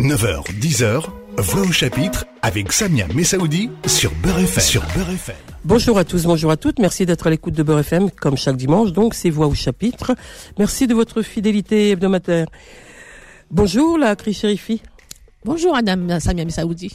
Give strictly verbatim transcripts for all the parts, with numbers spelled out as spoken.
neuf heures, dix heures, Voix au chapitre avec Samia Messaoudi sur Beurre F M. Sur Beurre F M. Bonjour à tous, bonjour à toutes. Merci d'être à l'écoute de Beurre F M comme chaque dimanche. Donc, c'est Voix au chapitre. Merci de votre fidélité hebdomadaire. Bonjour, la Cri Chérifi. Bonjour, Madame Samia Messaoudi.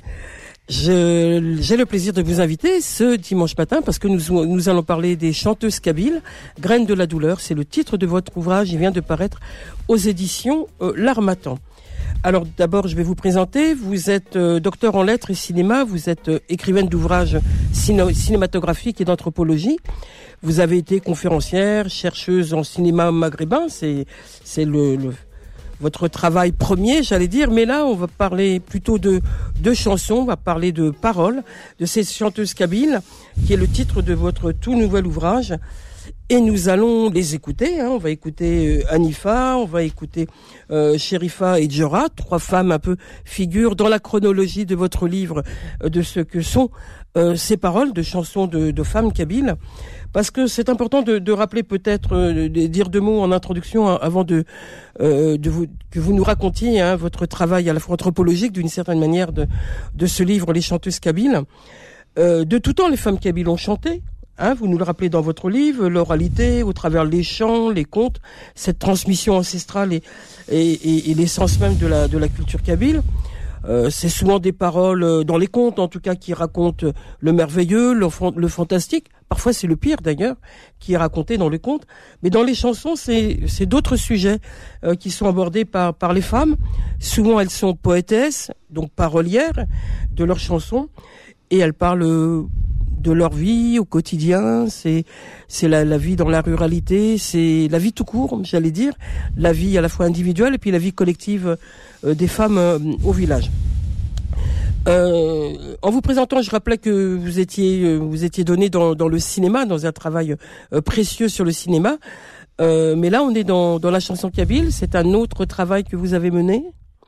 Je, j'ai le plaisir de vous inviter ce dimanche matin parce que nous, nous allons parler des chanteuses kabyles. Graines de la douleur, c'est le titre de votre ouvrage. Il vient de paraître aux éditions euh, L'Harmattan. Alors d'abord, je vais vous présenter. Vous êtes euh, docteur en lettres et cinéma. Vous êtes euh, écrivaine d'ouvrages ciné- cinématographiques et d'anthropologie. Vous avez été conférencière, chercheuse en cinéma maghrébin. C'est, c'est le, le votre travail premier, j'allais dire. Mais là, on va parler plutôt de, de chansons. On va parler de paroles de ces chanteuses kabyles, qui est le titre de votre tout nouvel ouvrage. Et nous allons les écouter. Hein. On va écouter euh, Hanifa, on va écouter euh, Sherifa et Djora, trois femmes un peu figures dans la chronologie de votre livre euh, de ce que sont euh, ces paroles de chansons de, de femmes kabyles. Parce que c'est important de, de rappeler peut-être, euh, de dire deux mots en introduction hein, avant de, euh, de vous, que vous nous racontiez hein, votre travail à la fois anthropologique d'une certaine manière de, de ce livre Les chanteuses kabyles. Euh, de tout temps, les femmes kabyles ont chanté. Hein, vous nous le rappelez dans votre livre, l'oralité, au travers les chants, les contes, cette transmission ancestrale et, et, et, et l'essence même de la, de la culture kabyle. Euh, c'est souvent des paroles, dans les contes en tout cas, qui racontent le merveilleux, le, le fantastique. Parfois c'est le pire d'ailleurs, qui est raconté dans les contes. Mais dans les chansons, c'est, c'est d'autres sujets euh, qui sont abordés par, par les femmes. Souvent elles sont poétesses, donc parolières de leurs chansons. Et elles parlent de leur vie au quotidien, c'est c'est la, la vie dans la ruralité, c'est la vie tout court, j'allais dire, la vie à la fois individuelle et puis la vie collective euh, des femmes euh, au village. Euh, en vous présentant, je rappelais que vous étiez euh, vous étiez donné dans dans le cinéma, dans un travail euh, précieux sur le cinéma. Euh, mais là, on est dans dans la chanson kabyle. C'est un autre travail que vous avez mené.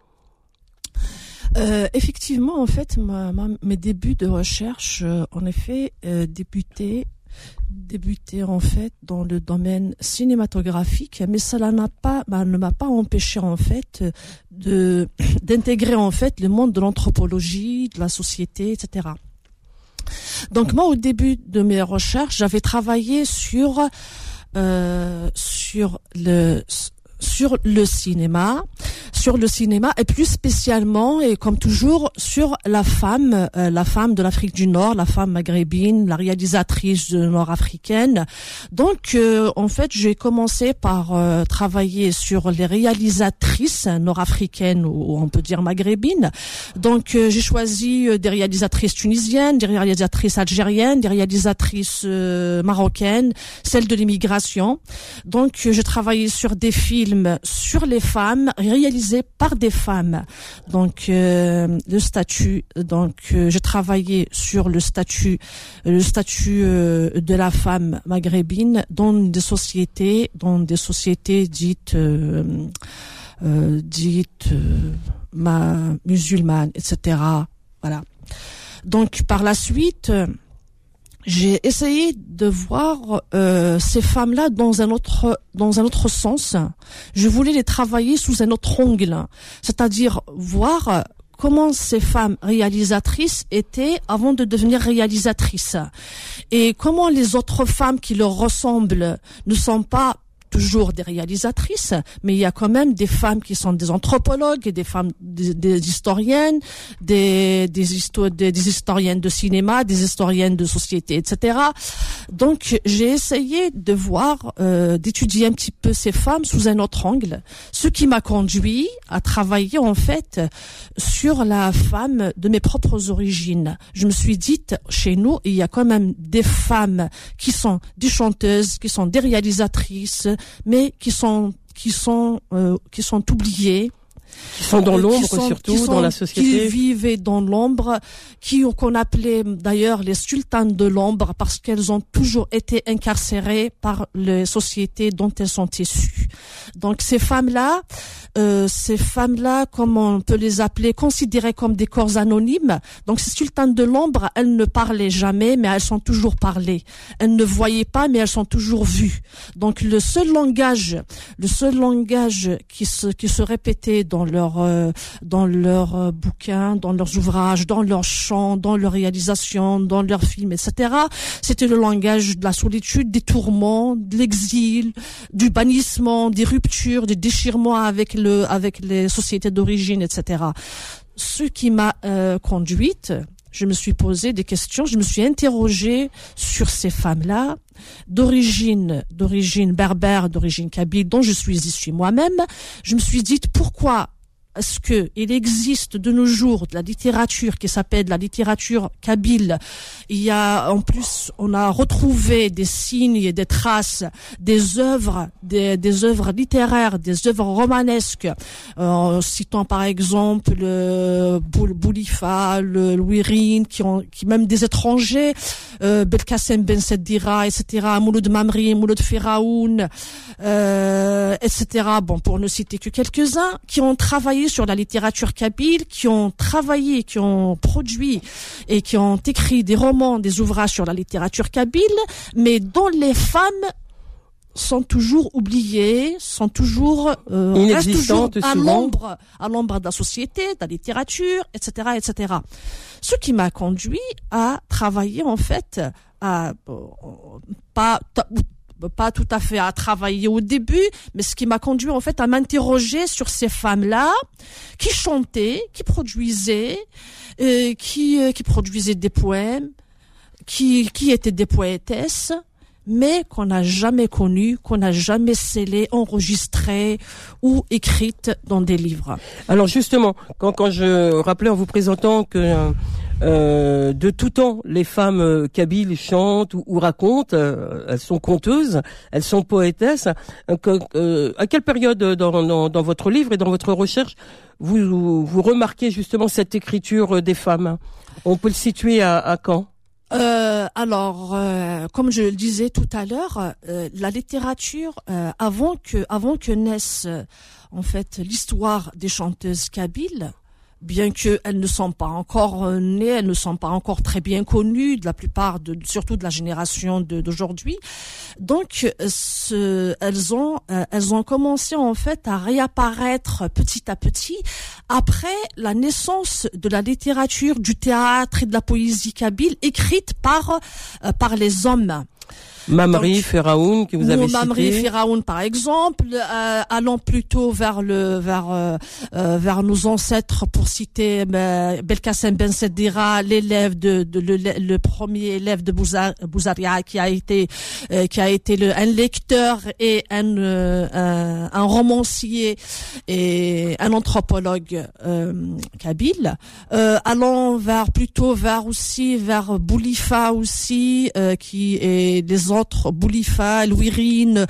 Euh, effectivement, en fait, ma, ma, mes débuts de recherche, euh, en effet, euh, débutaient, débutaient en fait dans le domaine cinématographique, mais cela n'a pas, bah, ne m'a pas empêché en fait de d'intégrer en fait le monde de l'anthropologie, de la société, et cetera. Donc moi, au début de mes recherches, j'avais travaillé sur euh, sur le sur le cinéma, sur le cinéma et plus spécialement et comme toujours sur la femme, euh, la femme de l'Afrique du Nord, la femme maghrébine, la réalisatrice nord-africaine. Donc euh, en fait, j'ai commencé par euh, travailler sur les réalisatrices nord-africaines ou on peut dire maghrébines. Donc euh, j'ai choisi euh, des réalisatrices tunisiennes, des réalisatrices algériennes, des réalisatrices euh, marocaines, celles de l'immigration. Donc euh, j'ai travaillé sur des films sur les femmes réalisés par des femmes. Donc euh, le statut, donc euh, j'ai travaillé sur le statut, le statut euh, de la femme maghrébine dans des sociétés, dans des sociétés dites euh, euh, dites euh, ma, musulmanes, et cetera. Voilà. Donc par la suite, j'ai essayé de voir euh, ces femmes-là dans un autre dans un autre sens. Je voulais les travailler sous un autre angle, c'est-à-dire voir comment ces femmes réalisatrices étaient avant de devenir réalisatrices et comment les autres femmes qui leur ressemblent ne sont pas toujours des réalisatrices, mais il y a quand même des femmes qui sont des anthropologues, et des femmes, des, des historiennes, des, des, histo- des, des historiennes de cinéma, des historiennes de société, et cetera. Donc, j'ai essayé de voir, euh, d'étudier un petit peu ces femmes sous un autre angle, ce qui m'a conduit à travailler en fait sur la femme de mes propres origines. Je me suis dit, chez nous, il y a quand même des femmes qui sont des chanteuses, qui sont des réalisatrices, mais qui sont qui sont euh, qui sont oubliées, qui sont dans l'ombre sont, surtout sont, dans la société, qui vivaient dans l'ombre, qui qu'on appelait d'ailleurs les sultanes de l'ombre parce qu'elles ont toujours été incarcérées par les sociétés dont elles sont issues. Donc ces femmes-là, euh, ces femmes-là, comme on peut les appeler, considérées comme des corps anonymes. Donc ces sultanes de l'ombre, elles ne parlaient jamais, mais elles sont toujours parlées. Elles ne voyaient pas, mais elles sont toujours vues. Donc le seul langage, le seul langage qui se qui se répétait dans dans leurs euh, dans leurs euh, bouquins, dans leurs ouvrages, dans leurs chants, dans leurs réalisations, dans leurs films, et cetera. C'était le langage de la solitude, des tourments, de l'exil, du bannissement, des ruptures, des déchirements avec le avec les sociétés d'origine, et cetera. Ce qui m'a euh, conduite, je me suis posé des questions, je me suis interrogée sur ces femmes-là, d'origine, d'origine berbère, d'origine kabyle, dont je suis issue moi-même. Je me suis dit, pourquoi est-ce que il existe de nos jours de la littérature qui s'appelle la littérature kabyle? Il y a, en plus, on a retrouvé des signes et des traces, des œuvres, des, des œuvres littéraires, des œuvres romanesques, euh, en citant par exemple le Boulifa, le Louirine, qui ont, qui même des étrangers, euh, Belkacem Ben Seddira, et cetera, Mouloud Mamri, Mouloud Firaoun, euh, et cetera. Bon, pour ne citer que quelques-uns, qui ont travaillé sur la littérature kabyle, qui ont travaillé, qui ont produit et qui ont écrit des romans, des ouvrages sur la littérature kabyle, mais dont les femmes sont toujours oubliées, sont toujours euh, restent toujours à l'ombre, à l'ombre de la société, de la littérature, et cetera, et cetera. Ce qui m'a conduit à travailler en fait, à euh, pas pas tout à fait à travailler au début, mais ce qui m'a conduit en fait à m'interroger sur ces femmes-là qui chantaient, qui produisaient, euh, qui euh, qui produisaient des poèmes, qui qui étaient des poétesses, mais qu'on n'a jamais connues, qu'on n'a jamais scellées, enregistrées ou écrites dans des livres. Alors justement, quand quand je rappelais en vous présentant que Euh, de tout temps, les femmes euh, kabyles chantent ou, ou racontent. Euh, elles sont conteuses, elles sont poétesses. Euh, que, euh, à quelle période dans, dans, dans votre livre et dans votre recherche vous, vous, vous remarquez justement cette écriture des femmes? On peut le situer à, à quand? Euh, alors, euh, comme je le disais tout à l'heure, euh, la littérature, euh, avant que, avant que naisse euh, en fait l'histoire des chanteuses kabyles, bien qu'elles ne sont pas encore nées, elles ne sont pas encore très bien connues de la plupart, de, surtout de la génération de, d'aujourd'hui. Donc, ce, elles ont, euh, elles ont commencé en fait à réapparaître petit à petit après la naissance de la littérature, du théâtre et de la poésie kabyle écrite par euh, par les hommes. Mamri, Firaoun, que vous avez cité. Mamri, Firaoun, par exemple, euh, allons plutôt vers le, vers, euh, euh, vers nos ancêtres pour citer euh, Belkacem Ben Seddira, l'élève de, de le, le premier élève de Bouzaria, qui a été, euh, qui a été le, un lecteur et un, euh, un, un romancier et un anthropologue euh, kabyle. Euh, allons vers plutôt vers aussi vers Boulifa aussi, euh, qui est des autres, Boulifa, Louirine,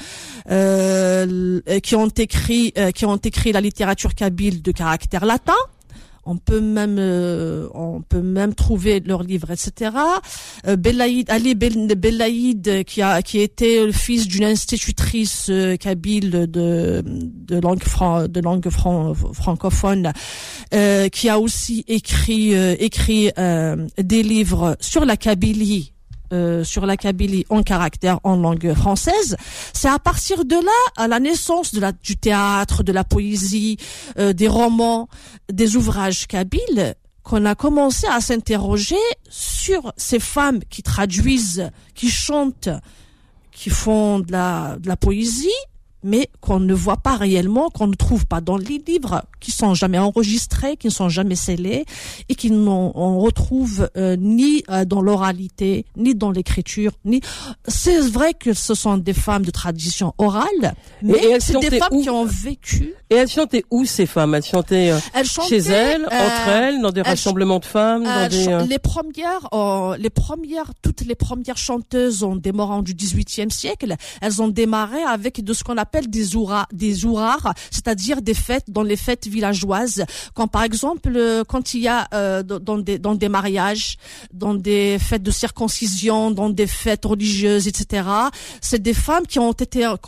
euh, qui ont écrit, euh, qui ont écrit la littérature kabyle de caractère latin. On peut même, euh, on peut même trouver leurs livres, et cetera. Euh, Belaïd, Ali Belaïd, qui a, qui était le fils d'une institutrice euh, kabyle de, de langue fran, de langue fran, francophone, euh, qui a aussi écrit, euh, écrit euh, des livres sur la Kabylie. Euh, sur la Kabylie en caractère en langue française. C'est à partir de là, à la naissance de la, du théâtre, de la poésie, euh, des romans, des ouvrages kabyles, qu'on a commencé à s'interroger sur ces femmes qui traduisent, qui chantent, qui font de la, de la poésie, mais qu'on ne voit pas réellement, qu'on ne trouve pas dans les livres, qui sont jamais enregistrés, qui ne sont jamais scellés, et qui n'on on retrouve euh, ni euh, dans l'oralité, ni dans l'écriture, ni. C'est vrai que ce sont des femmes de tradition orale, mais et, et c'est des femmes où? qui ont vécu. Et elles chantaient où, ces femmes? Elles chantaient, euh, elles chantaient chez elles, euh, entre elles, dans des rassemblements de femmes, dans des, euh... les premières, euh, les premières, toutes les premières chanteuses ont démarré du dix-huitième siècle. Elles ont démarré avec de ce qu'on appelle des ouras, des ourars, c'est-à-dire des fêtes dans les fêtes villageoises. Quand par exemple, quand il y a euh, dans des dans des mariages, dans des fêtes de circoncision, dans des fêtes religieuses, et cetera. C'est des femmes qui ont été qui ont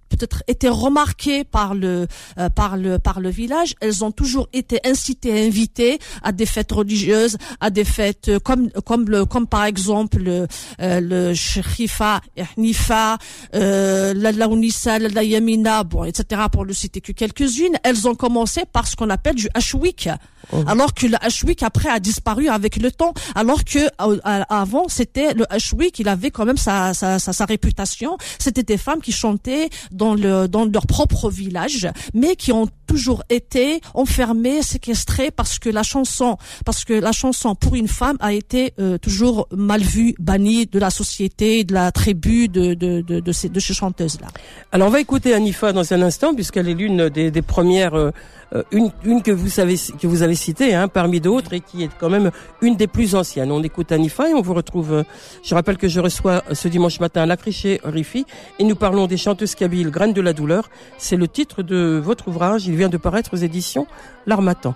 peut-être été remarquées par le euh, par le par le village. Elles ont toujours été incitées, invitées à des fêtes religieuses, à des fêtes euh, comme comme le comme par exemple le euh, le Sherifa, Hnifa, euh, la Laounissa, la Yamina, bon, et cetera pour le citer que quelques-unes. Elles ont commencé par ce qu'on appelle du Ashwik. Oh. Alors que le Ashwik après a disparu avec le temps, alors que euh, avant c'était le Ashwik, il avait quand même sa, sa sa sa réputation. C'était des femmes qui chantaient dans le dans leur propre village, mais qui ont toujours été enfermées, séquestrées parce que la chanson, parce que la chanson pour une femme a été euh, toujours mal vue, bannie de la société, de la tribu de de de de ces de ces chanteuses là. Alors on va écouter Hanifa dans un instant puisqu'elle est l'une des des premières euh, une une que vous savez que vous avez citée hein, parmi d'autres et qui est quand même une des plus anciennes. On écoute Hanifa et on vous retrouve. Je rappelle que je reçois ce dimanche matin Lakriché Rifi et nous parlons des chanteuses kabyles Graines de la douleur. C'est le titre de votre ouvrage. Il vient de paraître aux éditions L'Harmattan.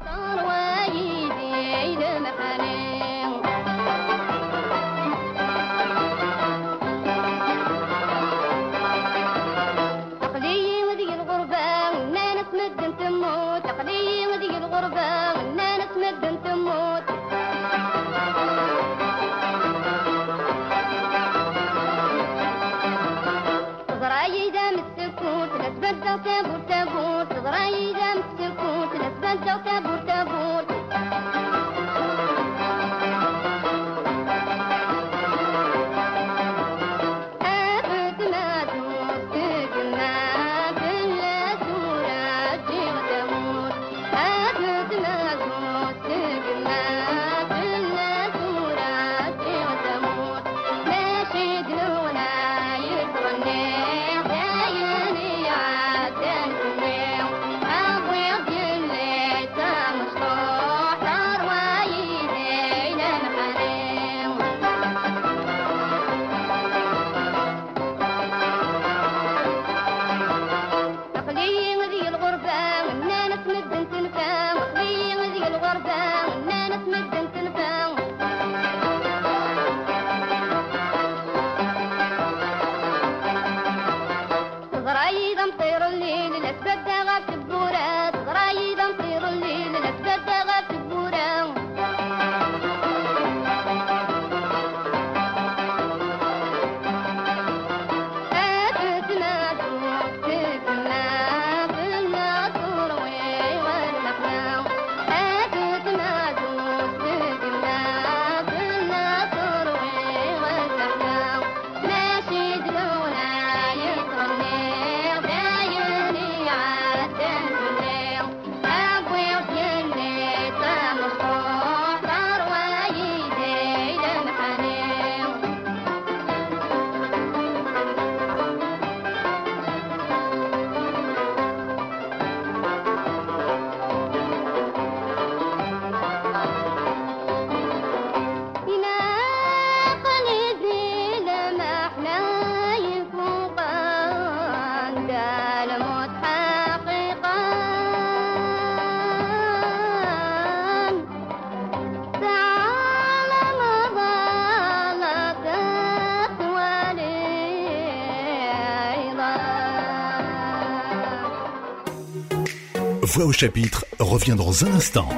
Voix au chapitre revient dans un instant.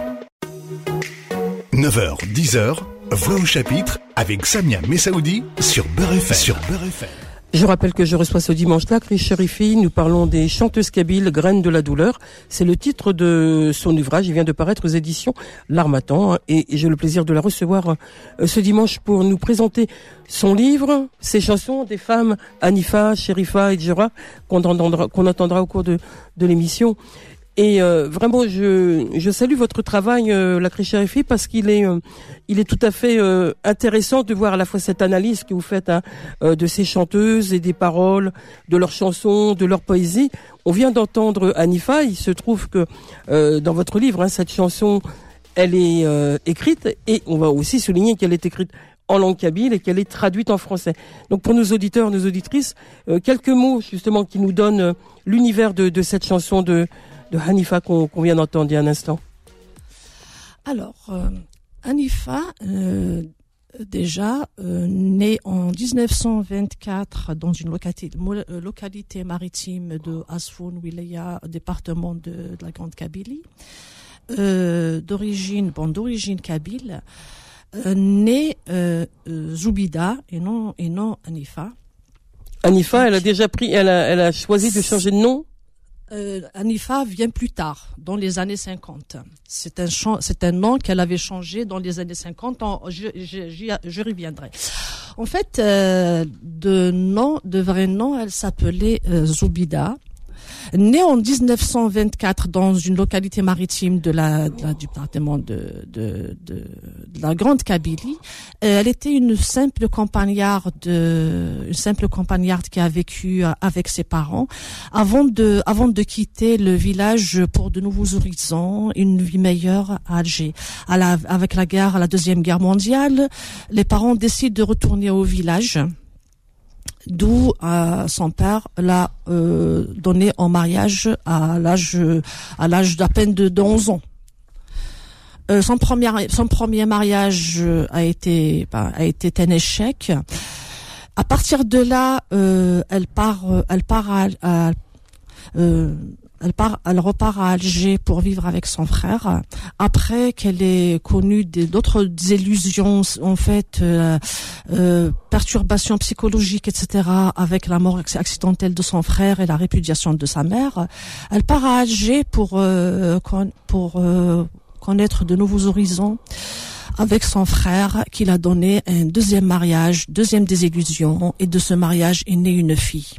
neuf heures, dix heures, Voix au chapitre avec Samia Messaoudi sur Beurre F M. Sur Beurre F M. Je rappelle que je reçois ce dimanche-là Lakriché Rifi. Nous parlons des chanteuses kabyles Graines de la douleur. C'est le titre de son ouvrage. Il vient de paraître aux éditions L'Harmattan. Et j'ai le plaisir de la recevoir ce dimanche pour nous présenter son livre, ses chansons des femmes Hanifa, Sherifa et Djera qu'on entendra, qu'on entendra au cours de, de l'émission. Et euh, vraiment, je, je salue votre travail, euh, Lakriché Rifi, parce qu'il est, euh, il est tout à fait euh, intéressant de voir à la fois cette analyse que vous faites hein, euh, de ces chanteuses et des paroles, de leurs chansons, de leur poésie. On vient d'entendre Hanifa. Il se trouve que euh, dans votre livre, hein, cette chanson, elle est euh, écrite et on va aussi souligner qu'elle est écrite en langue kabyle et qu'elle est traduite en français. Donc pour nos auditeurs, nos auditrices, euh, quelques mots justement qui nous donnent euh, l'univers de, de cette chanson de de Hanifa qu'on, qu'on vient d'entendre il y a un instant. Alors, euh, Hanifa, euh, Déjà, euh, née en dix-neuf cent vingt-quatre dans une localité, localité maritime de Asfoun, Wilaya, département de, de la Grande Kabylie, euh, d'origine, bon, d'origine kabyle, euh, née euh, euh, Zoubida et non et non Hanifa. Hanifa, elle a déjà pris, elle a, elle a choisi de changer de nom. Euh, Hanifa vient plus tard, dans les années cinquante. C'est un champ, c'est un nom qu'elle avait changé dans les années cinquante. En, je, je, je, je reviendrai. En fait, euh, de nom, de vrai nom, elle s'appelait euh, Zoubida. Née en dix-neuf cent vingt-quatre dans une localité maritime de la, de la du département de, de, de, de la Grande Kabylie, elle était une simple campagnarde, une simple campagnarde qui a vécu avec ses parents avant de, avant de quitter le village pour de nouveaux horizons, une vie meilleure à Alger. À la, avec la guerre, la deuxième guerre mondiale, les parents décident de retourner au village. D'où euh, son père l'a euh, donné en mariage à l'âge à l'âge d'à peine de, de onze ans. Euh, son premier son premier mariage a été bah, a été un échec. À partir de là, euh, elle part elle part à, à euh, Elle part, elle repart à Alger pour vivre avec son frère. Après qu'elle ait connu des, d'autres illusions, en fait, euh, euh, perturbations psychologiques, et cetera, avec la mort accidentelle de son frère et la répudiation de sa mère, elle part à Alger pour euh, con, pour euh, connaître de nouveaux horizons avec son frère, qui l'a donné un deuxième mariage, deuxième désillusion, et de ce mariage est née une fille.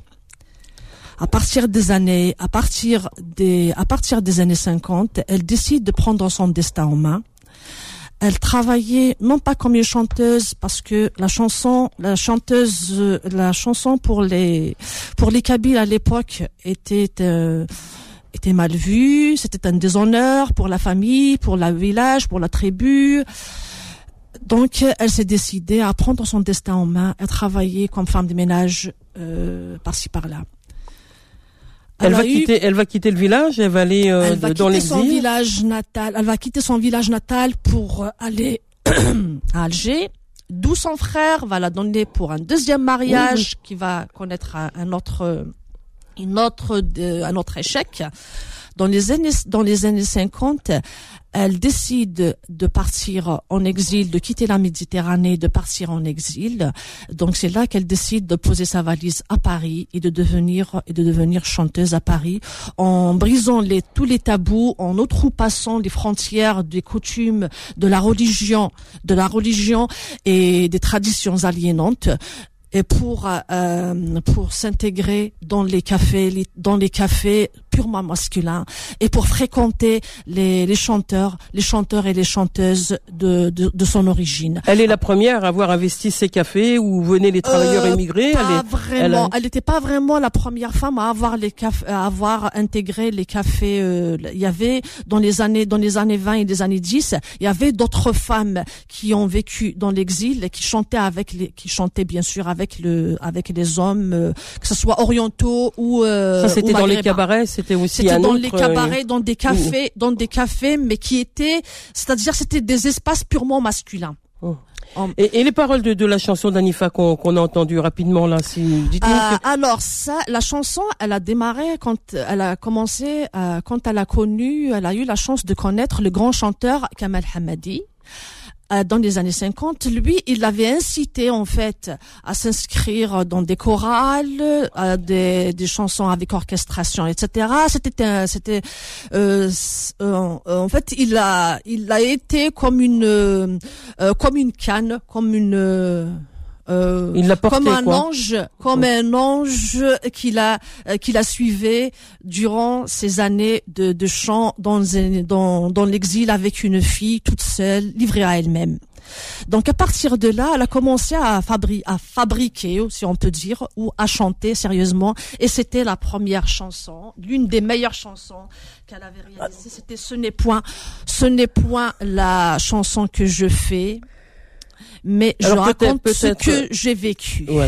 À partir des années, à partir des, à partir des années cinquante, elle décide de prendre son destin en main. Elle travaillait non pas comme une chanteuse, parce que la chanson, la chanteuse, la chanson pour les, pour les Kabyles à l'époque était, euh, était mal vue. C'était un déshonneur pour la famille, pour le village, pour la tribu. Donc, elle s'est décidée à prendre son destin en main, à travailler comme femme de ménage, euh, par-ci par-là. Elle, elle va eu, quitter, elle va quitter le village, elle va aller euh, elle va dans l'exil. Son village natal, elle va quitter son village natal pour aller à Alger, d'où son frère va la donner pour un deuxième mariage, oui, oui. qui va connaître un, un autre, une autre, de, un autre échec. Dans les années, dans les années cinquante, elle décide de partir en exil, de quitter la Méditerranée, de partir en exil. Donc c'est là qu'elle décide de poser sa valise à Paris et de devenir et de devenir chanteuse à Paris, en brisant les tous les tabous, en outrepassant les frontières des coutumes, de la religion, de la religion et des traditions aliénantes. Et pour euh, pour s'intégrer dans les cafés dans les cafés purement masculins et pour fréquenter les les chanteurs les chanteurs et les chanteuses de de, de son origine. Elle est la première à avoir investi ces cafés où venaient les travailleurs euh, émigrés. Pas elle est, vraiment. Elle n'était pas vraiment la première femme à avoir les cafés, à avoir intégré les cafés. Euh, il y avait dans les années dans les années vingt et les années dix, il y avait d'autres femmes qui ont vécu dans l'exil, qui chantaient avec les qui chantaient bien sûr avec avec le avec les hommes, euh, que ce soit orientaux ou euh, ça c'était dans les cabarets, c'était aussi c'était un dans autre, les cabarets, euh... dans des cafés, mmh. dans des cafés, mais qui étaient, c'est-à-dire c'était des espaces purement masculins. Mmh. En... Et, et les paroles de, de la chanson d'Hanifa qu'on, qu'on a entendues rapidement là, si dites-nous. Euh, que... Alors ça, la chanson, elle a démarré quand elle a commencé, euh, quand elle a connu, elle a eu la chance de connaître le grand chanteur Kamal Hamadi. Dans les années cinquante, lui, il l'avait incité en fait à s'inscrire dans des chorales, à des, des chansons avec orchestration, et cetera. C'était, un, c'était, euh, euh, en fait, il a, il a été comme une, euh, comme une canne, comme une. Euh, Euh, il l'a porté, comme un quoi. ange, comme ouais. un ange qui la euh, qui la suivait durant ces années de, de chant dans, dans dans l'exil avec une fille toute seule, livrée à elle-même. Donc à partir de là, elle a commencé à, fabri- à fabriquer, si on peut dire, ou à chanter sérieusement. Et c'était la première chanson, l'une des meilleures chansons qu'elle avait réalisées. C'était Ce n'est point, ce n'est point la chanson que je fais. Mais Alors je raconte peut-être, peut-être, ce que j'ai vécu. Voilà.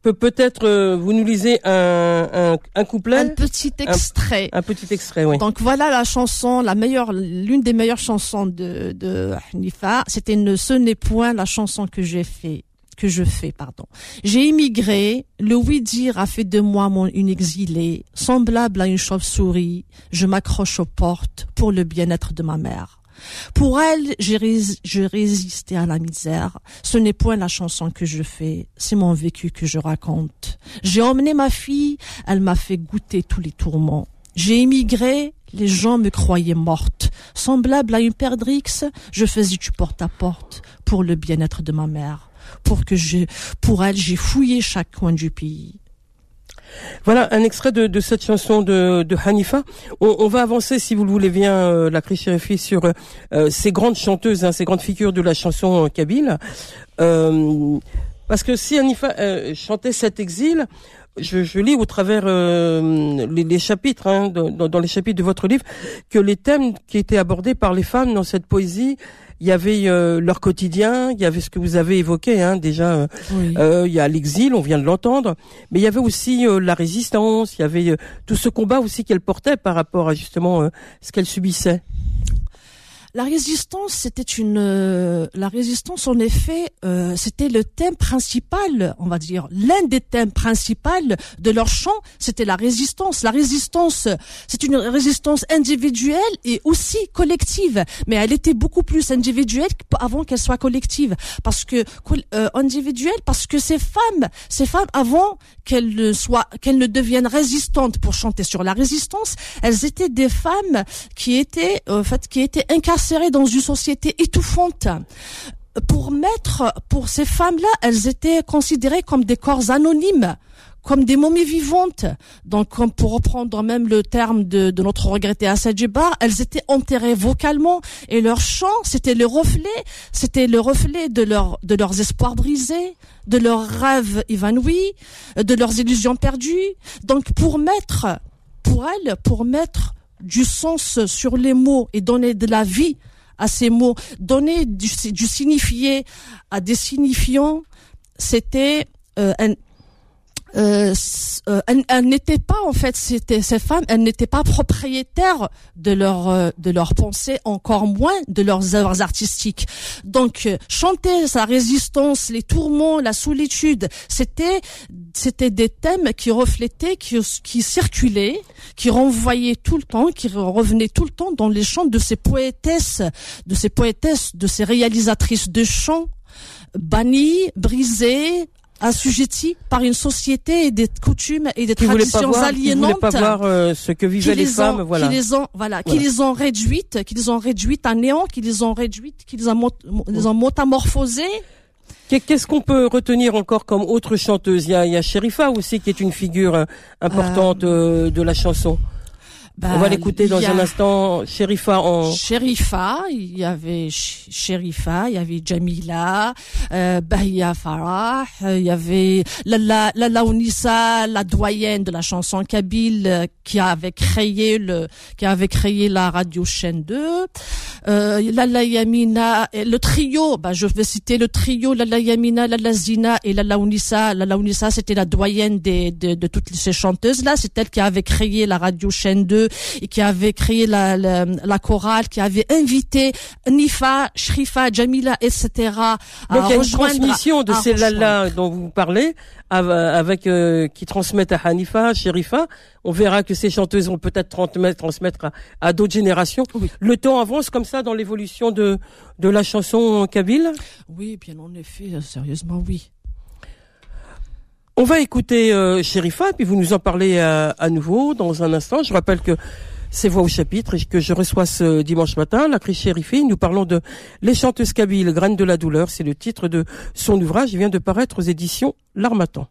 Pe- peut-être euh, vous nous lisez un, un, un couplet. Un petit extrait. Un, un petit extrait, oui. Donc voilà la chanson, la meilleure, l'une des meilleures chansons de, de Hanifa. C'était ne, ce n'est point la chanson que j'ai fait, que je fais, pardon. J'ai immigré, le oui-dire a fait de moi mon, une exilée, semblable à une chauve-souris. Je m'accroche aux portes pour le bien-être de ma mère. Pour elle, j'ai, rés- j'ai résisté à la misère. Ce n'est point la chanson que je fais, c'est mon vécu que je raconte. J'ai emmené ma fille, elle m'a fait goûter tous les tourments. J'ai émigré, les gens me croyaient morte. Semblable à une perdrix, je faisais du porte-à-porte pour le bien-être de ma mère. Pour que je, pour elle, j'ai fouillé chaque coin du pays. Voilà un extrait de, de cette chanson de, de Hanifa. On, on va avancer, si vous le voulez bien, euh, la Chérifi, sur euh, ces grandes chanteuses, hein, ces grandes figures de la chanson kabyle. Euh, parce que si Hanifa euh, chantait cet exil, je, je lis au travers euh, les, les chapitres, hein, dans, dans les chapitres de votre livre, que les thèmes qui étaient abordés par les femmes dans cette poésie, il y avait euh, leur quotidien, il y avait ce que vous avez évoqué, hein, déjà. Euh, Oui. euh, il y a l'exil, on vient de l'entendre, mais il y avait aussi euh, la résistance, il y avait euh, tout ce combat aussi qu'elle portait par rapport à justement euh, ce qu'elle subissait. La résistance, c'était une, euh, la résistance, en effet, euh, c'était le thème principal, on va dire, l'un des thèmes principaux de leur chant, c'était la résistance. La résistance, c'est une résistance individuelle et aussi collective, mais elle était beaucoup plus individuelle avant qu'elle soit collective, parce que euh, individuelle, parce que ces femmes, ces femmes avant qu'elles ne soient, qu'elles ne deviennent résistantes pour chanter sur la résistance, elles étaient des femmes qui étaient, en fait, qui étaient incarcérées dans une société étouffante. Pour mettre, pour ces femmes-là, elles étaient considérées comme des corps anonymes, comme des momies vivantes. Donc, comme pour reprendre même le terme de, de notre regretté Assad Djibar, elles étaient enterrées vocalement et leur chant, c'était le reflet, c'était le reflet de leur, de leurs espoirs brisés, de leurs rêves évanouis, de leurs illusions perdues. Donc, pour mettre, pour elles, pour mettre du sens sur les mots et donner de la vie à ces mots, donner du, du signifié à des signifiants, c'était euh, un Euh, euh, elles, elles n'étaient pas en fait, c'était ces femmes, elles n'étaient pas propriétaires de leur euh, de leurs pensées, encore moins de leurs œuvres artistiques. Donc euh, chanter sa résistance, les tourments, la solitude, c'était c'était des thèmes qui reflétaient, qui qui circulaient, qui renvoyaient tout le temps, qui revenaient tout le temps dans les chants de ces poétesses, de ces poétesses, de ces réalisatrices de chants bannies, brisées, assujettis par une société et des coutumes et des qui traditions voir, aliénantes, qui voulaient pas voir euh, ce que vivaient les, les femmes, ont, voilà, qui les ont, voilà, voilà, qui les ont réduites, qui les ont réduites à néant, qui les ont réduites, qui les ont, les ont métamorphosées. Qu'est-ce qu'on peut retenir encore comme autre chanteuse? Il y a, il y a Chérifa aussi qui est une figure euh, importante euh, de la chanson. Bah, on va l'écouter dans un instant. Chérifa en... Chérifa, il y avait Chérifa, il y avait Jamila, euh, Bahia Farah, il y avait Lala, Lala Ounissa, la doyenne de la chanson kabyle, euh, qui avait créé le, qui avait créé la radio chaîne deux, euh, Lala Yamina, le trio, bah, je vais citer le trio, Lala Yamina, Lala Zina et Lala Ounissa. Lala Ounissa, c'était la doyenne des, de, de toutes ces chanteuses-là. C'est elle qui avait créé la radio chaîne deux et qui avait créé la, la, la chorale, qui avait invité Nifa, Shrifa, Jamila, et cetera. Donc il y a une transmission de ces Lala dont vous parlez, avec euh, qui transmettent à Hanifa, Chérifa. On verra que ces chanteuses vont peut-être transmettre, transmettre à, à d'autres générations. Oui. Le temps avance comme ça dans l'évolution de de la chanson kabyle. Oui, bien en effet, sérieusement, oui. On va écouter euh, Chérifa, puis vous nous en parlez à, à nouveau dans un instant. Je rappelle que c'est Voix au chapitre et que je reçois ce dimanche matin la Chérifi. Nous parlons de Les chanteuses kabyles, Graines de la douleur. C'est le titre de son ouvrage. Il vient de paraître aux éditions L'Harmattan.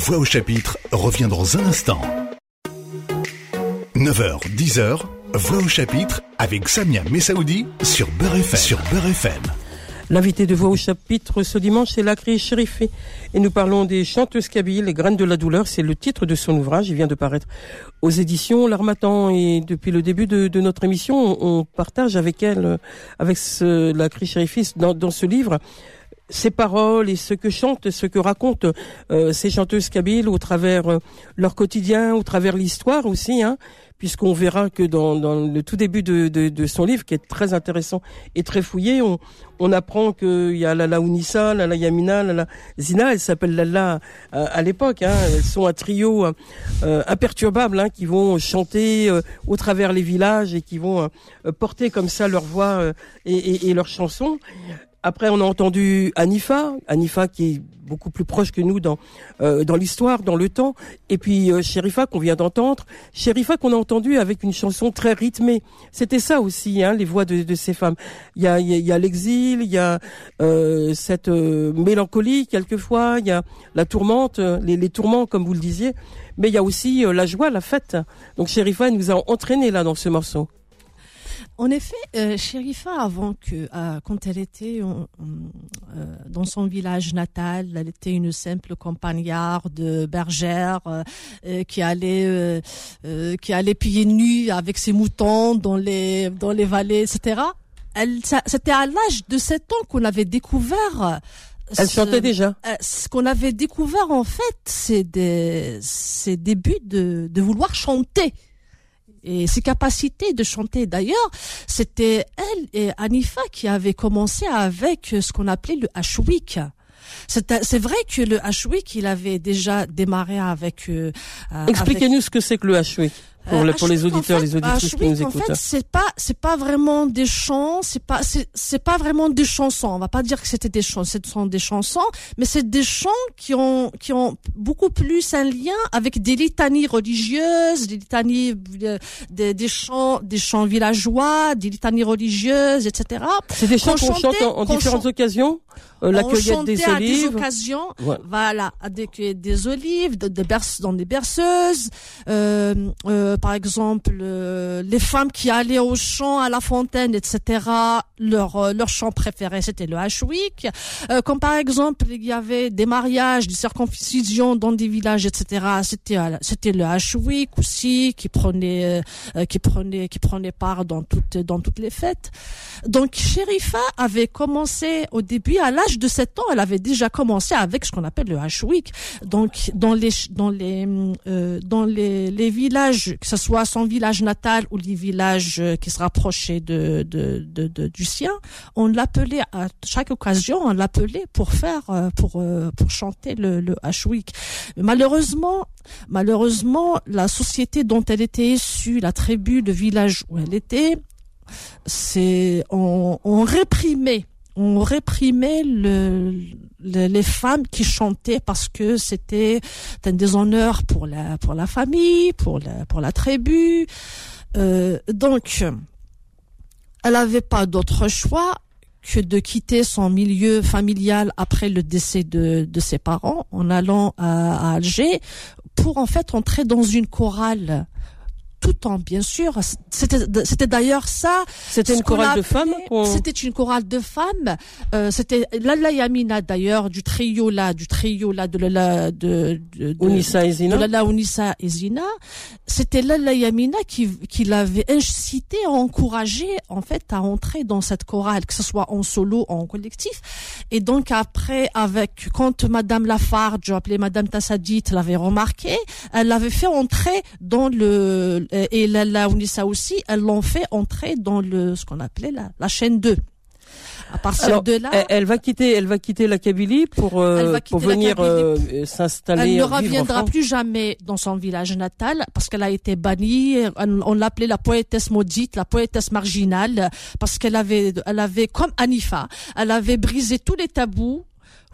Voix au chapitre revient dans un instant. neuf heures, dix heures, Voix au chapitre avec Samia Messaoudi sur Beurre F M. Sur Beurre F M. L'invité de Voix au chapitre ce dimanche, c'est Lakri Chérifi. Et nous parlons des chanteuses kabyles, les graines de la douleur. C'est le titre de son ouvrage. Il vient de paraître aux éditions L'Harmattan. Et depuis le début de, de notre émission, on, on partage avec elle, avec ce, Lakri Chérifi, dans, dans ce livre, ces paroles et ce que chantent, ce que racontent euh, ces chanteuses kabyles au travers euh, leur quotidien, au travers l'histoire aussi, hein, puisqu'on verra que dans, dans le tout début de, de, de son livre, qui est très intéressant et très fouillé, on, on apprend qu'il y a Lala Ounissa, Lala Yamina, Lala Zina, elles s'appellent Lala euh, à l'époque, hein, elles sont un trio euh, imperturbable, hein, qui vont chanter euh, au travers les villages et qui vont euh, porter comme ça leur voix euh, et, et, et leurs chansons. Après, on a entendu Hanifa, Hanifa qui est beaucoup plus proche que nous dans euh, dans l'histoire, dans le temps. Et puis euh, Chérifa qu'on vient d'entendre, Chérifa qu'on a entendu avec une chanson très rythmée. C'était ça aussi, hein, les voix de, de ces femmes. Il y a il y a, il y a l'exil, il y a euh, cette euh, mélancolie quelquefois, il y a la tourmente, les, les tourments comme vous le disiez. Mais il y a aussi euh, la joie, la fête. Donc Chérifa nous a entraînés là dans ce morceau. En effet, euh, Chérifa, avant que, euh, quand elle était euh, euh, dans son village natal, elle était une simple campagnarde, bergère, euh, euh, qui allait, euh, euh, qui allait pieds nus avec ses moutons dans les, dans les vallées, et cetera. Elle, ça, c'était à l'âge de sept ans qu'on avait découvert. Elle ce, chantait déjà. Euh, ce qu'on avait découvert en fait, c'est des, ses débuts de, de vouloir chanter. Et ses capacités de chanter, d'ailleurs, c'était elle et Hanifa qui avaient commencé avec ce qu'on appelait le hachouik. C'est, c'est vrai que le hachouik, il avait déjà démarré avec... Euh, Expliquez-nous avec... ce que c'est que le hachouik. Pour, euh, le, pour les auditeurs, en fait, les auditrices qui nous écoutent. En fait, c'est pas, c'est pas vraiment des chants, c'est pas, c'est, c'est pas vraiment des chansons. On va pas dire que c'était des chants, ce sont des chansons, mais c'est des chants qui ont, qui ont beaucoup plus un lien avec des litanies religieuses, des litanies, des, des chants, des chants villageois, des litanies religieuses, et cetera. C'est des chants qu'on, qu'on chante en, en différentes chante, occasions? Euh, la cueillette des olives. À des occasions, ouais. Voilà, avec des olives, de, de berce, dans des berceuses, euh, euh, par exemple, euh, les femmes qui allaient au champ, à la fontaine, et cetera. Leur euh, leur chant préféré, c'était le hachouik. Euh, comme par exemple, il y avait des mariages, des circoncisions dans des villages, et cetera. C'était c'était le hachouik aussi qui prenait euh, qui prenait qui prenait part dans toutes dans toutes les fêtes. Donc Chérifa avait commencé au début, à l'âge de sept ans, elle avait déjà commencé avec ce qu'on appelle le hachouik. Donc dans les dans les euh, dans les les villages, que ce soit son village natal ou les villages qui se rapprochaient de de de, de du sien, on l'appelait à chaque occasion, on l'appelait pour faire pour pour chanter le le hachouik. Malheureusement, malheureusement, la société dont elle était issue, la tribu, le village où elle était, c'est on, on réprimait on réprimait le, le les femmes qui chantaient parce que c'était un déshonneur pour la pour la famille, pour la pour la tribu. Euh, donc elle avait pas d'autre choix que de quitter son milieu familial après le décès de de ses parents en allant à, à Alger pour en fait entrer dans une chorale. Tout en, bien sûr, c'était, c'était d'ailleurs ça. C'était une chorale de femmes? Ou... C'était une chorale de femmes. Euh, c'était Lala Yamina, d'ailleurs, du trio là, du trio là de Lala, de, de, de, Ounissa et Zina. De Lala Ounissa et Zina. C'était Lala Yamina qui, qui l'avait incité, encouragé, en fait, à entrer dans cette chorale, que ce soit en solo, en collectif. Et donc, après, avec, quand Madame Lafarge, appelée Madame Tassadit, l'avait remarqué, elle l'avait fait entrer dans le, et la, la Ounissa aussi, elles l'ont fait entrer dans le ce qu'on appelait la, la chaîne deux. À partir Alors, de là, elle, elle va quitter, elle va quitter la Kabylie pour euh, pour venir euh, s'installer. Elle ne reviendra plus jamais dans son village natal parce qu'elle a été bannie. On l'appelait la poétesse maudite, la poétesse marginale, parce qu'elle avait, elle avait comme Hanifa, elle avait brisé tous les tabous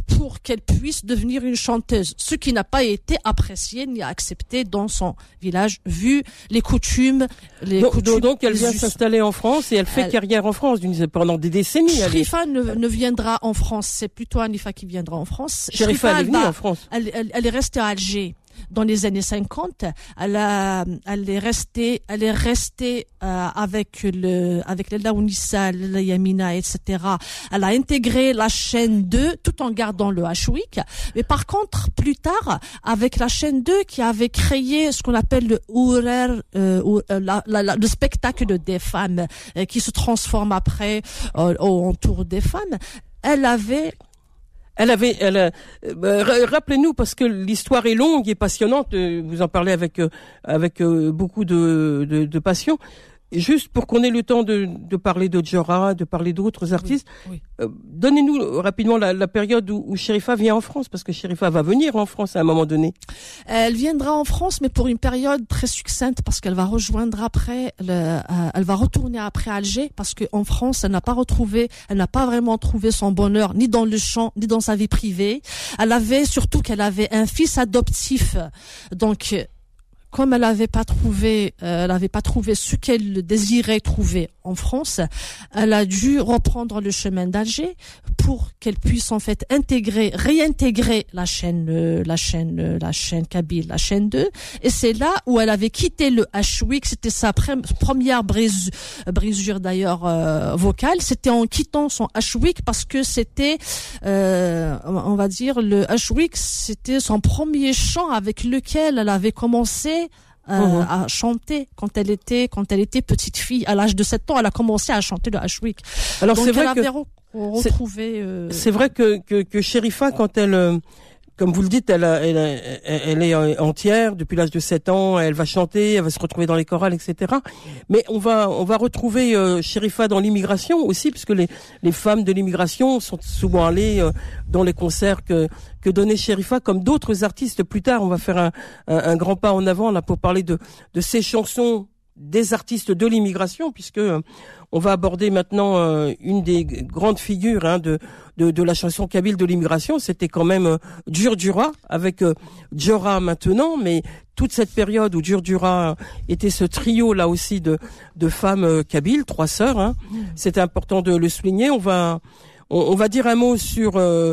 pour qu'elle puisse devenir une chanteuse, ce qui n'a pas été apprécié ni accepté dans son village, vu les coutumes. Les donc, coutumes donc elle vient us... s'installer en France et elle fait elle... carrière en France pendant des décennies. Sherifa ne, ne viendra en France, c'est plutôt Hanifa qui viendra en France. Sherifa, elle est venue en France. Elle, elle, elle est restée à Alger. Dans les années cinquante, elle a, elle est restée, elle est restée euh, avec le, avec le Laounissa, le Yamina, et cetera. Elle a intégré la chaîne deux tout en gardant le Ashwik. Mais par contre, plus tard, avec la chaîne deux qui avait créé ce qu'on appelle le Ourer, euh, la, la, la, le spectacle des femmes, euh, qui se transforme après euh, autour des femmes, elle avait Elle avait, elle, euh, rappelez-nous parce que l'histoire est longue et passionnante. Vous en parlez avec euh, avec euh, beaucoup de, de, de passion. Et juste pour qu'on ait le temps de, de parler de Djora, de parler d'autres artistes, oui, oui. Euh, donnez-nous rapidement la, la période où, où Sherifa vient en France, parce que Sherifa va venir en France à un moment donné. Elle viendra en France, mais pour une période très succincte, parce qu'elle va rejoindre après, le, euh, elle va retourner après Alger, parce qu'en France, elle n'a pas retrouvé, elle n'a pas vraiment trouvé son bonheur, ni dans le chant, ni dans sa vie privée. Elle avait, surtout qu'elle avait un fils adoptif, donc comme elle n'avait pas trouvé, euh, elle n'avait pas trouvé ce qu'elle désirait trouver en France, elle a dû reprendre le chemin d'Alger pour qu'elle puisse en fait intégrer, réintégrer la chaîne, euh, la chaîne, euh, la chaîne Kabyle, la chaîne deux. Et c'est là où elle avait quitté le Ashwik. C'était sa pre- première brise, brisure d'ailleurs euh, vocale. C'était en quittant son Ashwik parce que c'était, euh, on va dire, le Ashwik, c'était son premier chant avec lequel elle avait commencé Euh, mmh. à chanter quand elle était quand elle était petite fille. À l'âge de sept ans, elle a commencé à chanter le Ashwik. Alors donc c'est vrai elle que avait re- retrouvé euh... c'est vrai que que, que Sherifa, quand elle euh, comme vous le dites, elle, a, elle, a, elle est entière depuis l'âge de sept ans. Elle va chanter, elle va se retrouver dans les chorales, et cetera. Mais on va, on va retrouver euh, Sherifa dans l'immigration aussi, puisque les, les femmes de l'immigration sont souvent allées euh, dans les concerts que, que donnait Sherifa, comme d'autres artistes. Plus tard, on va faire un, un, un grand pas en avant là pour parler de, de ces chansons des artistes de l'immigration, puisque euh, on va aborder maintenant euh, une des grandes figures hein, de, de de la chanson kabyle de l'immigration. C'était quand même euh, Djurdjura avec euh, Djora maintenant, mais toute cette période où Djurdjura était ce trio là aussi de de femmes euh, kabyles, trois sœurs. Hein, mmh. C'était important de le souligner. On va on, on va dire un mot sur euh,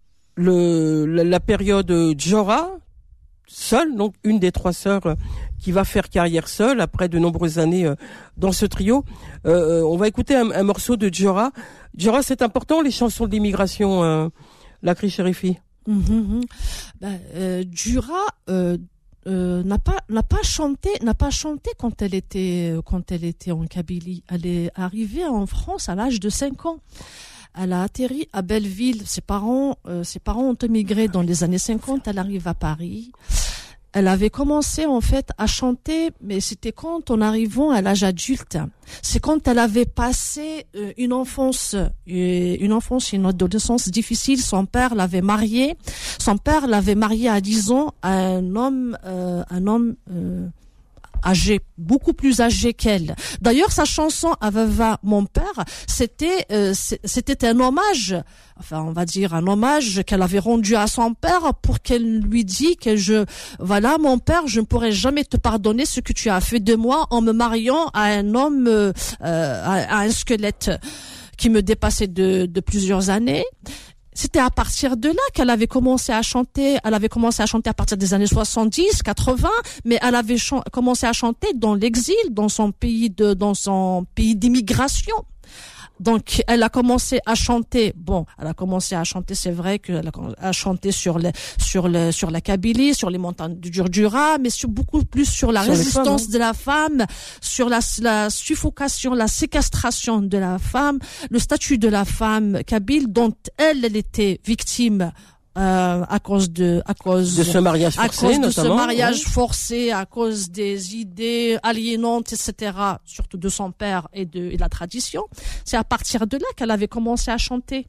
le la, la période Djora seule, donc une des trois sœurs euh, qui va faire carrière seule après de nombreuses années euh, dans ce trio. Euh, on va écouter un, un morceau de Djora. Djora, c'est important, les chansons de l'immigration, euh, Lakri Sherifi. Mmh, ben, euh, Djora euh, euh, n'a pas n'a pas chanté n'a pas chanté quand elle était quand elle était en Kabylie. Elle est arrivée en France à l'âge de cinq ans. Elle a atterri à Belleville. Ses parents, euh, ses parents ont émigré dans les années cinquante. Elle arrive à Paris. Elle avait commencé en fait à chanter, mais c'était quand on arrivant à l'âge adulte. C'est quand elle avait passé euh, une enfance, euh, une enfance et une adolescence difficile. Son père l'avait mariée. Son père l'avait mariée à dix ans à un homme, euh, un homme. Euh, âgé, beaucoup plus âgé qu'elle. D'ailleurs, sa chanson Avava mon père, c'était euh, c'était un hommage, enfin on va dire un hommage qu'elle avait rendu à son père pour qu'elle lui dise que je voilà mon père, je ne pourrai jamais te pardonner ce que tu as fait de moi en me mariant à un homme euh, à, à un squelette qui me dépassait de de plusieurs années. C'était à partir de là qu'elle avait commencé à chanter. Elle avait commencé à chanter à partir des années soixante-dix, quatre-vingts, mais elle avait ch- commencé à chanter dans l'exil, dans son pays de, dans son pays d'immigration. Donc, elle a commencé à chanter. Bon, elle a commencé à chanter. C'est vrai qu'elle a chanté sur le, sur le, sur la Kabylie, sur les montagnes du Djurdjura, mais sur beaucoup plus sur la sur résistance femmes, hein. de la femme, sur la, la suffocation, la séquestration de la femme, le statut de la femme kabyle dont elle, elle était victime. Euh, à cause de à cause de ce mariage forcé, à cause de notamment, ce mariage ouais. forcé, à cause des idées aliénantes, et cetera. Surtout de son père et de, et de la tradition. C'est à partir de là qu'elle avait commencé à chanter.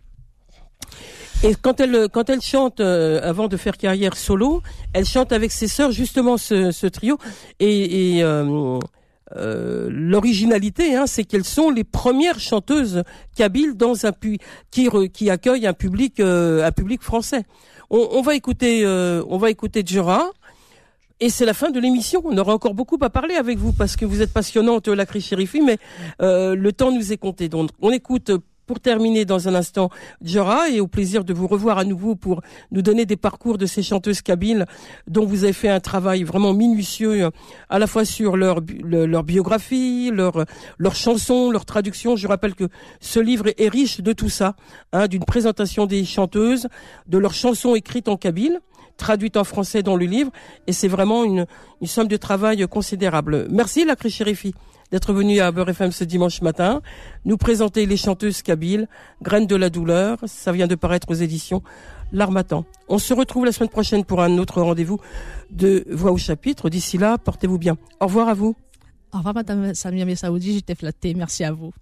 Et quand elle quand elle chante euh, avant de faire carrière solo, elle chante avec ses sœurs justement ce, ce trio et, et euh, euh, l'originalité, hein, c'est qu'elles sont les premières chanteuses kabyles dans un pu- qui re- qui accueillent un public euh, un public français. On, on va écouter euh, on va écouter Djora. Et c'est la fin de l'émission. On aura encore beaucoup à parler avec vous parce que vous êtes passionnante, Lakri Chérifi, mais euh, le temps nous est compté. Donc, on écoute pour terminer dans un instant Djora et au plaisir de vous revoir à nouveau pour nous donner des parcours de ces chanteuses kabyles dont vous avez fait un travail vraiment minutieux à la fois sur leur leur, leur biographie, leur leurs chansons, leurs traductions. Je rappelle que ce livre est, est riche de tout ça, hein, d'une présentation des chanteuses, de leurs chansons écrites en kabyle, traduite en français dans le livre, et c'est vraiment une, une somme de travail considérable. Merci Lakri Chérifi d'être venu à Beurre F M ce dimanche matin, nous présenter les chanteuses kabyles, Graines de la douleur, ça vient de paraître aux éditions L'Harmattan. On se retrouve la semaine prochaine pour un autre rendez-vous de Voix au chapitre. D'ici là, portez-vous bien. Au revoir à vous. Au revoir Madame Samia Messaoudi, j'étais flattée, merci à vous.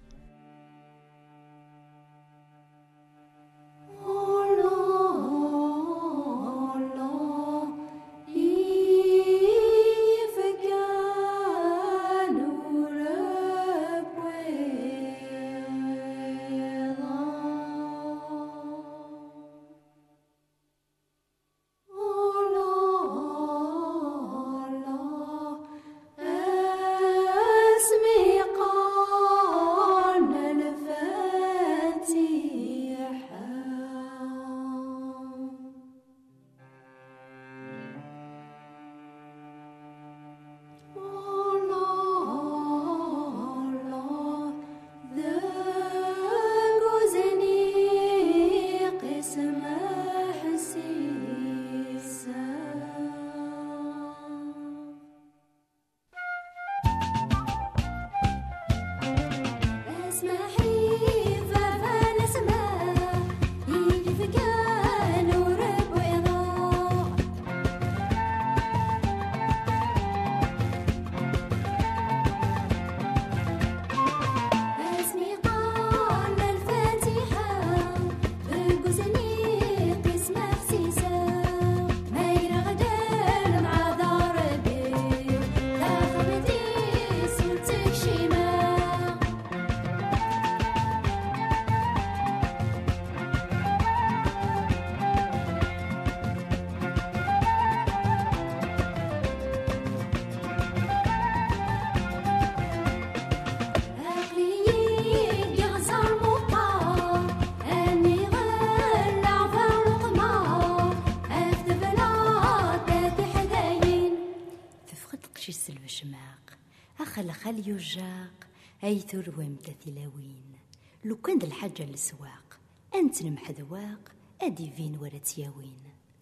خل يجاق أي ثروة متثلاوين لو كان الحاجة للسواق أنت المحذواق أدي فين ولا تياوين.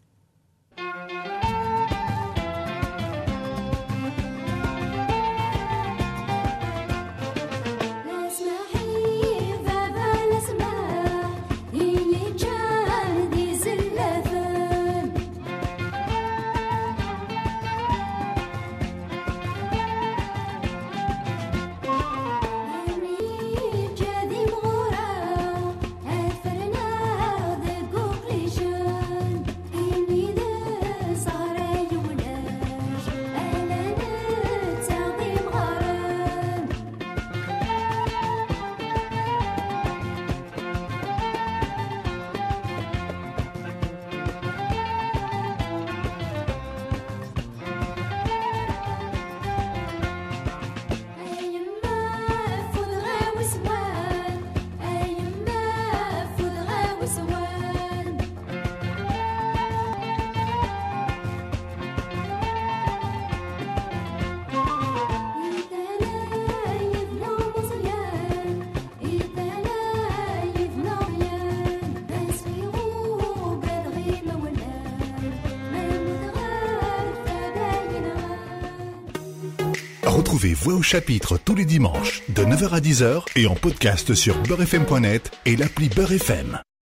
Retrouvez Voix au chapitre tous les dimanches de neuf heures à dix heures et en podcast sur beurre f m point net et l'appli Beurre F M.